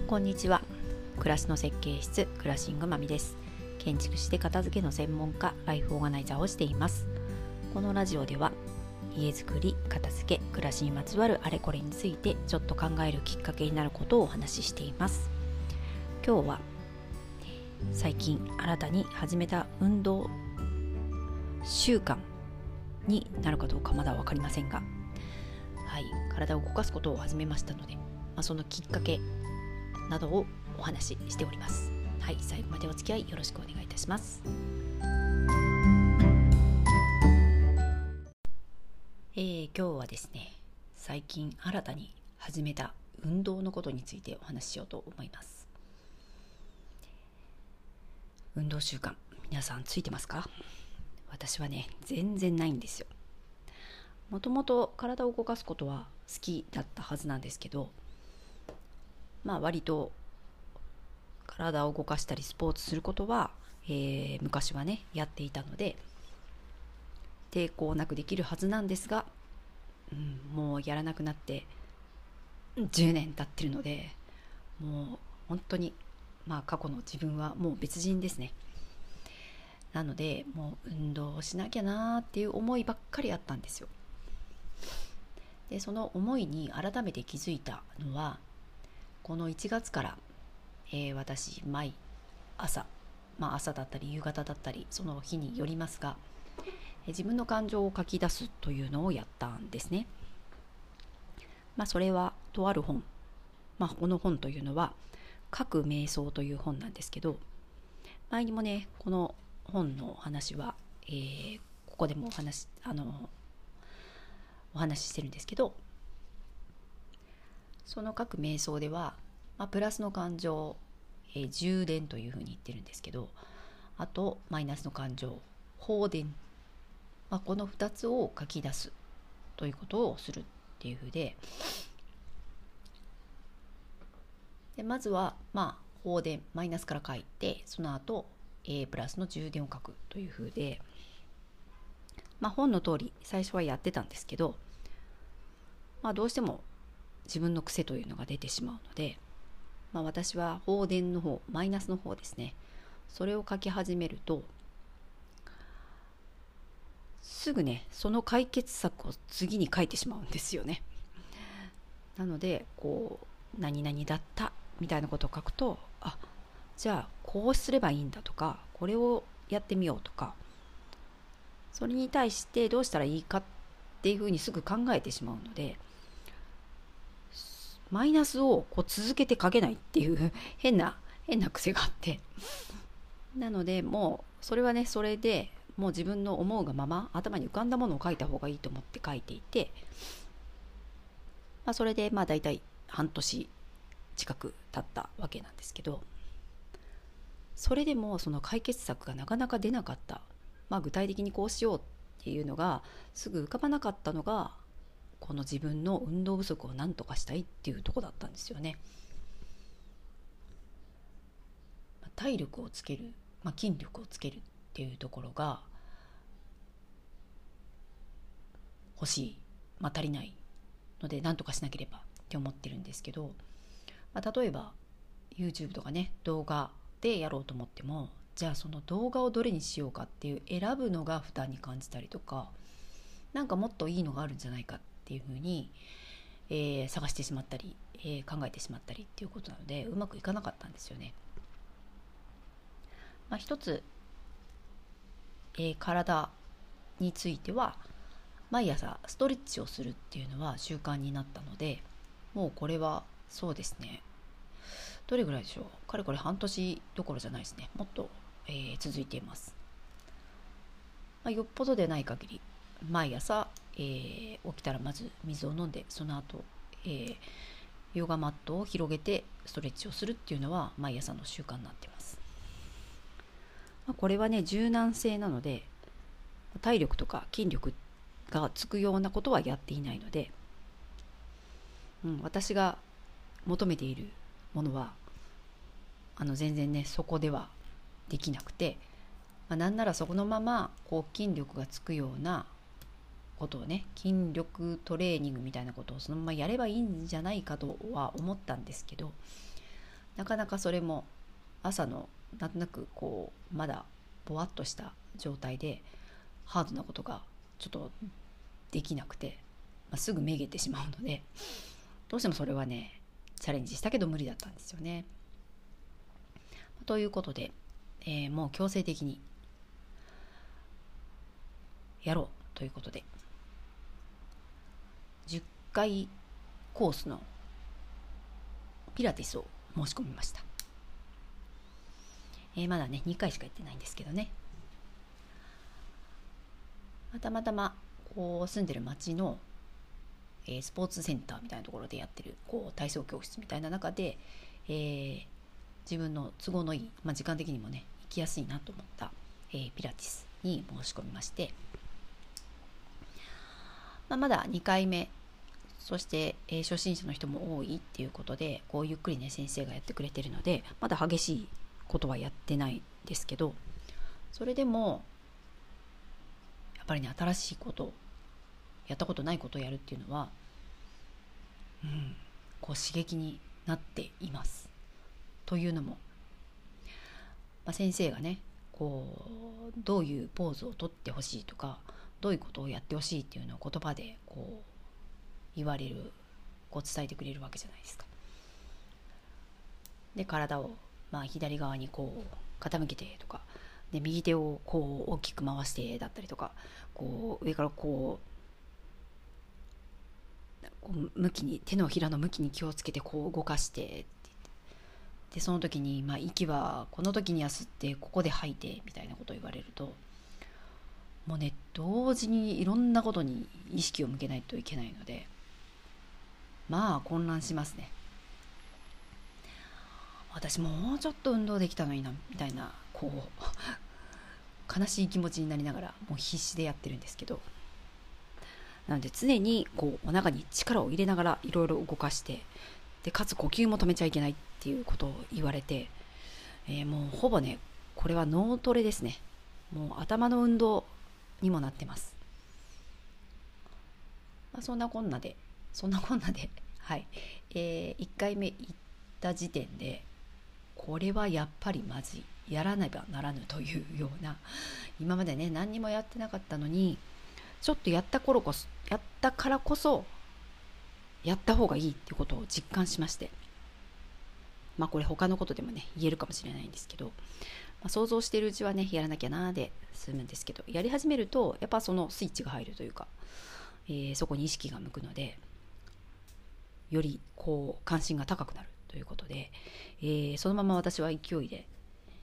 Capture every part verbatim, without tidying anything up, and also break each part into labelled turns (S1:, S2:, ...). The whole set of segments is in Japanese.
S1: こんにちは。暮らしの設計室クラシングまみです。建築士で片付けの専門家、ライフオーガナイザーをしています。このラジオでは家づくり、片付け、暮らしにまつわるあれこれについてちょっと考えるきっかけになることをお話ししています。今日は最近新たに始めた運動習慣になるかどうかまだ分かりませんが、はい、体を動かすことを始めましたので、まあ、そのきっかけなどをお話ししております。はい、最後までお付き合いよろしくお願いいたします。えー、今日はですね、最近新たに始めた運動のことについてお話ししようと思います。運動習慣、皆さんついてますか？私はね、全然ないんですよ。もともと体を動かすことは好きだったはずなんですけど、まあ割と体を動かしたりスポーツすることは、えー、昔はねやっていたので抵抗なくできるはずなんですが、うん、もうやらなくなってじゅうねん経ってるので、もう本当にまあ過去の自分はもう別人ですね。なのでもう運動をしなきゃなっていう思いばっかりあったんですよ。でその思いに改めて気づいたのはこのいちがつから、えー、私毎朝、まあ、朝だったり夕方だったりその日によりますが、えー、自分の感情を書き出すというのをやったんですね。まあ、それはとある本、まあ、この本というのは書く瞑想という本なんですけど、前にもねこの本の話は、えー、ここでもお話あのお話ししてるんですけど、その書く瞑想では、まあ、プラスの感情、えー、充電というふうに言ってるんですけど、あとマイナスの感情、放電、まあ、このふたつを書き出すということをするっていうふうで、でまずは、まあ、放電、マイナスから書いて、その後、えー、プラスの充電を書くというふうで、まあ、本の通り最初はやってたんですけど、まあ、どうしても自分の癖というのが出てしまうので、まあ、私は放電の方、マイナスの方ですね、それを書き始めるとすぐねその解決策を次に書いてしまうんですよね。なのでこう何々だったみたいなことを書くと、あ、じゃあこうすればいいんだとか、これをやってみようとか、それに対してどうしたらいいかっていうふうにすぐ考えてしまうので、マイナスをこう続けて書けないっていう変な変な癖があって、なのでもうそれはねそれでもう自分の思うがまま頭に浮かんだものを書いた方がいいと思って書いていて、まあ、それでまあ大体半年近く経ったわけなんですけど、それでもその解決策がなかなか出なかった、まあ、具体的にこうしようっていうのがすぐ浮かばなかったのが、この自分の運動不足を何とかしたいっていうところだったんですよね。体力をつける、まあ、筋力をつけるっていうところが欲しい、まあ、足りないので何とかしなければって思ってるんですけど、まあ、例えば YouTube とかね動画でやろうと思っても、じゃあその動画をどれにしようかっていう選ぶのが負担に感じたりとか、なんかもっといいのがあるんじゃないかっていうふうに、えー、探してしまったり、えー、考えてしまったりっていうことなのでうまくいかなかったんですよね。まあ、一つ、えー、体については毎朝ストレッチをするっていうのは習慣になったので、もうこれはそうですね、どれぐらいでしょう、かれこれ半年どころじゃないですね、もっと、えー、続いています。まあ、よっぽどでない限り毎朝、えー、起きたらまず水を飲んで、その後、えー、ヨガマットを広げてストレッチをするっていうのは毎朝の習慣になっています。まあ、これはね柔軟性なので体力とか筋力がつくようなことはやっていないので、うん、私が求めているものはあの全然ねそこではできなくて、まあ、なんならそこのままこう筋力がつくようなことをね、筋力トレーニングみたいなことをそのままやればいいんじゃないかとは思ったんですけど、 なかなかそれも朝のなんとなくこうまだぼわっとした状態でハードなことがちょっとできなくて、まあ、すぐめげてしまうので、どうしてもそれはねチャレンジしたけど無理だったんですよね。ということで、えー、もう強制的にやろうということでじゅっかいコースのピラティスを申し込みました。えー、まだねにかいしか行ってないんですけどね、たまたまこう住んでる町の、えー、スポーツセンターみたいなところでやってるこう体操教室みたいな中で、えー、自分の都合のいい、まあ、時間的にもね行きやすいなと思った、えー、ピラティスに申し込みまして、まあ、まだにかいめ、そして、えー、初心者の人も多いっていうことでこうゆっくりね先生がやってくれてるのでまだ激しいことはやってないんですけど、それでもやっぱりね新しいことやったことないことをやるっていうのは、うん、こう刺激になっています。というのも、まあ、先生がねこうどういうポーズをとってほしいとかどういうことをやってほしいっていうのを言葉でこう言われる、こう伝えてくれるわけじゃないですか。で体を、まあ、左側にこう傾けてとかで右手をこう大きく回してだったりとか、こう上からこうこう向きに手のひらの向きに気をつけてこう動かしてって言って、でその時に、まあ、息はこの時には吸ってここで吐いてみたいなことを言われると、もうね同時にいろんなことに意識を向けないといけないので、まあ混乱しますね。私もうちょっと運動できたのになみたいなこう悲しい気持ちになりながらもう必死でやってるんですけど、なので常にこうお腹に力を入れながらいろいろ動かして、でかつ呼吸も止めちゃいけないっていうことを言われて、えー、もうほぼねこれは脳トレですね。もう頭の運動にもなってます。まあ、そんなこんなでそんなこんなではい、えー、いっかいめ行った時点でこれはやっぱりまずい、やらねばならぬというような、今までね何にもやってなかったのにちょっとやった頃こそやったからこそやった方がいいっていうことを実感しまして、まあこれ他のことでもね言えるかもしれないんですけど、まあ、想像しているうちはねやらなきゃなーで済むんですけど、やり始めるとやっぱそのスイッチが入るというか、えー、そこに意識が向くのでよりこう関心が高くなるということで、えー、そのまま私は勢いで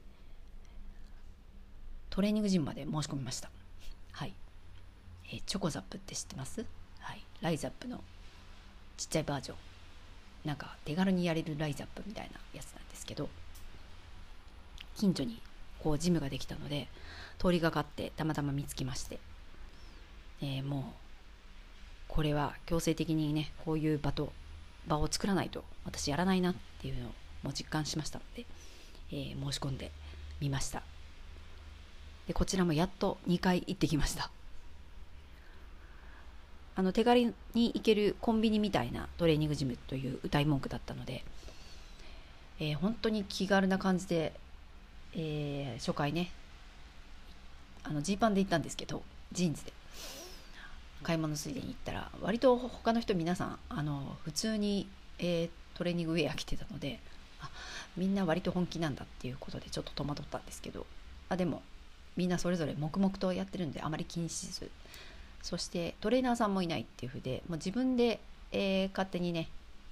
S1: トレーニングジムまで申し込みました。はい、えー、チョコザップって知ってます？はい、ライザップのちっちゃいバージョン、なんか手軽にやれるライザップみたいなやつなんですけど、近所にこうジムができたので通りがかってたまたま見つけまして、えー、もうこれは強制的にねこういう場と場を作らないと私やらないなっていうのをもう実感しましたので、えー、申し込んでみました。でこちらもやっとにかい行ってきました。あの手軽に行けるコンビニみたいなトレーニングジムという謳い文句だったので、えー、本当に気軽な感じで、えー、初回ねあのジーパンで行ったんですけど、ジーンズで買い物ついでに行ったら割と他の人皆さんあの普通に、えー、トレーニングウェア着てたので、あみんな割と本気なんだっていうことでちょっと戸惑ったんですけど、あでもみんなそれぞれ黙々とやってるんであまり気にしず、そしてトレーナーさんもいないっていう風でもう自分で、えー、勝手にね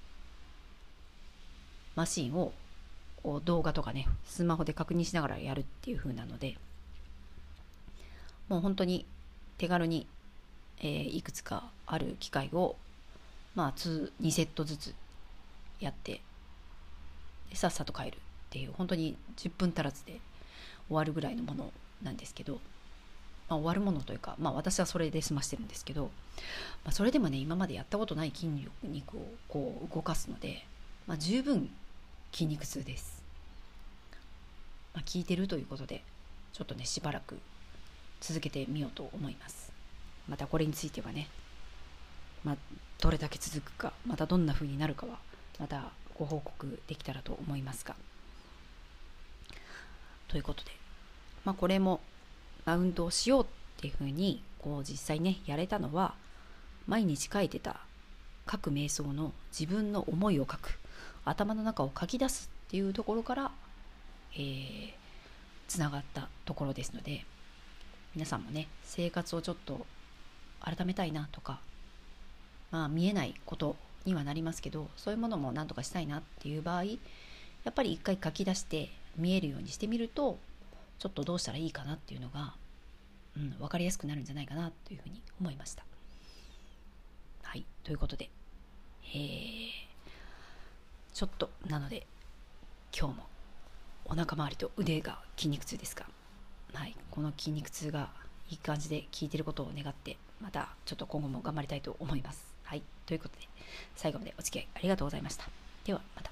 S1: マシンを動画とかねスマホで確認しながらやるっていう風なので、もう本当に手軽に、えー、いくつかある機械をまあにセットずつやってでさっさと帰るっていう本当にじゅっぷん足らずで終わるぐらいのものなんですけど、まあ、終わるものというか、まあ、私はそれで済ましてるんですけど、まあ、それでもね今までやったことない筋肉をこう動かすので、まあ、十分筋肉痛です。まあ、効いてるということでちょっとねしばらく続けてみようと思います。またこれについてはね、まあ、どれだけ続くかまたどんな風になるかはまたご報告できたらと思いますが、ということで、まあ、これもマウントをしようっていうふうにこう実際ねやれたのは、毎日書いてた書く瞑想の自分の思いを書く、頭の中を書き出すっていうところから、えー、つながったところですので、皆さんもね生活をちょっと改めたいなとか、まあ見えないことにはなりますけど、そういうものも何とかしたいなっていう場合、やっぱり一回書き出して見えるようにしてみると、ちょっとどうしたらいいかなっていうのが、うん、分かりやすくなるんじゃないかなというふうに思いました。はい、ということで、えー、ちょっとなので今日もお腹周りと腕が筋肉痛ですが、はい、この筋肉痛がいい感じで効いていることを願って、またちょっと今後も頑張りたいと思います。はい、ということで最後までお付き合いありがとうございました。ではまた。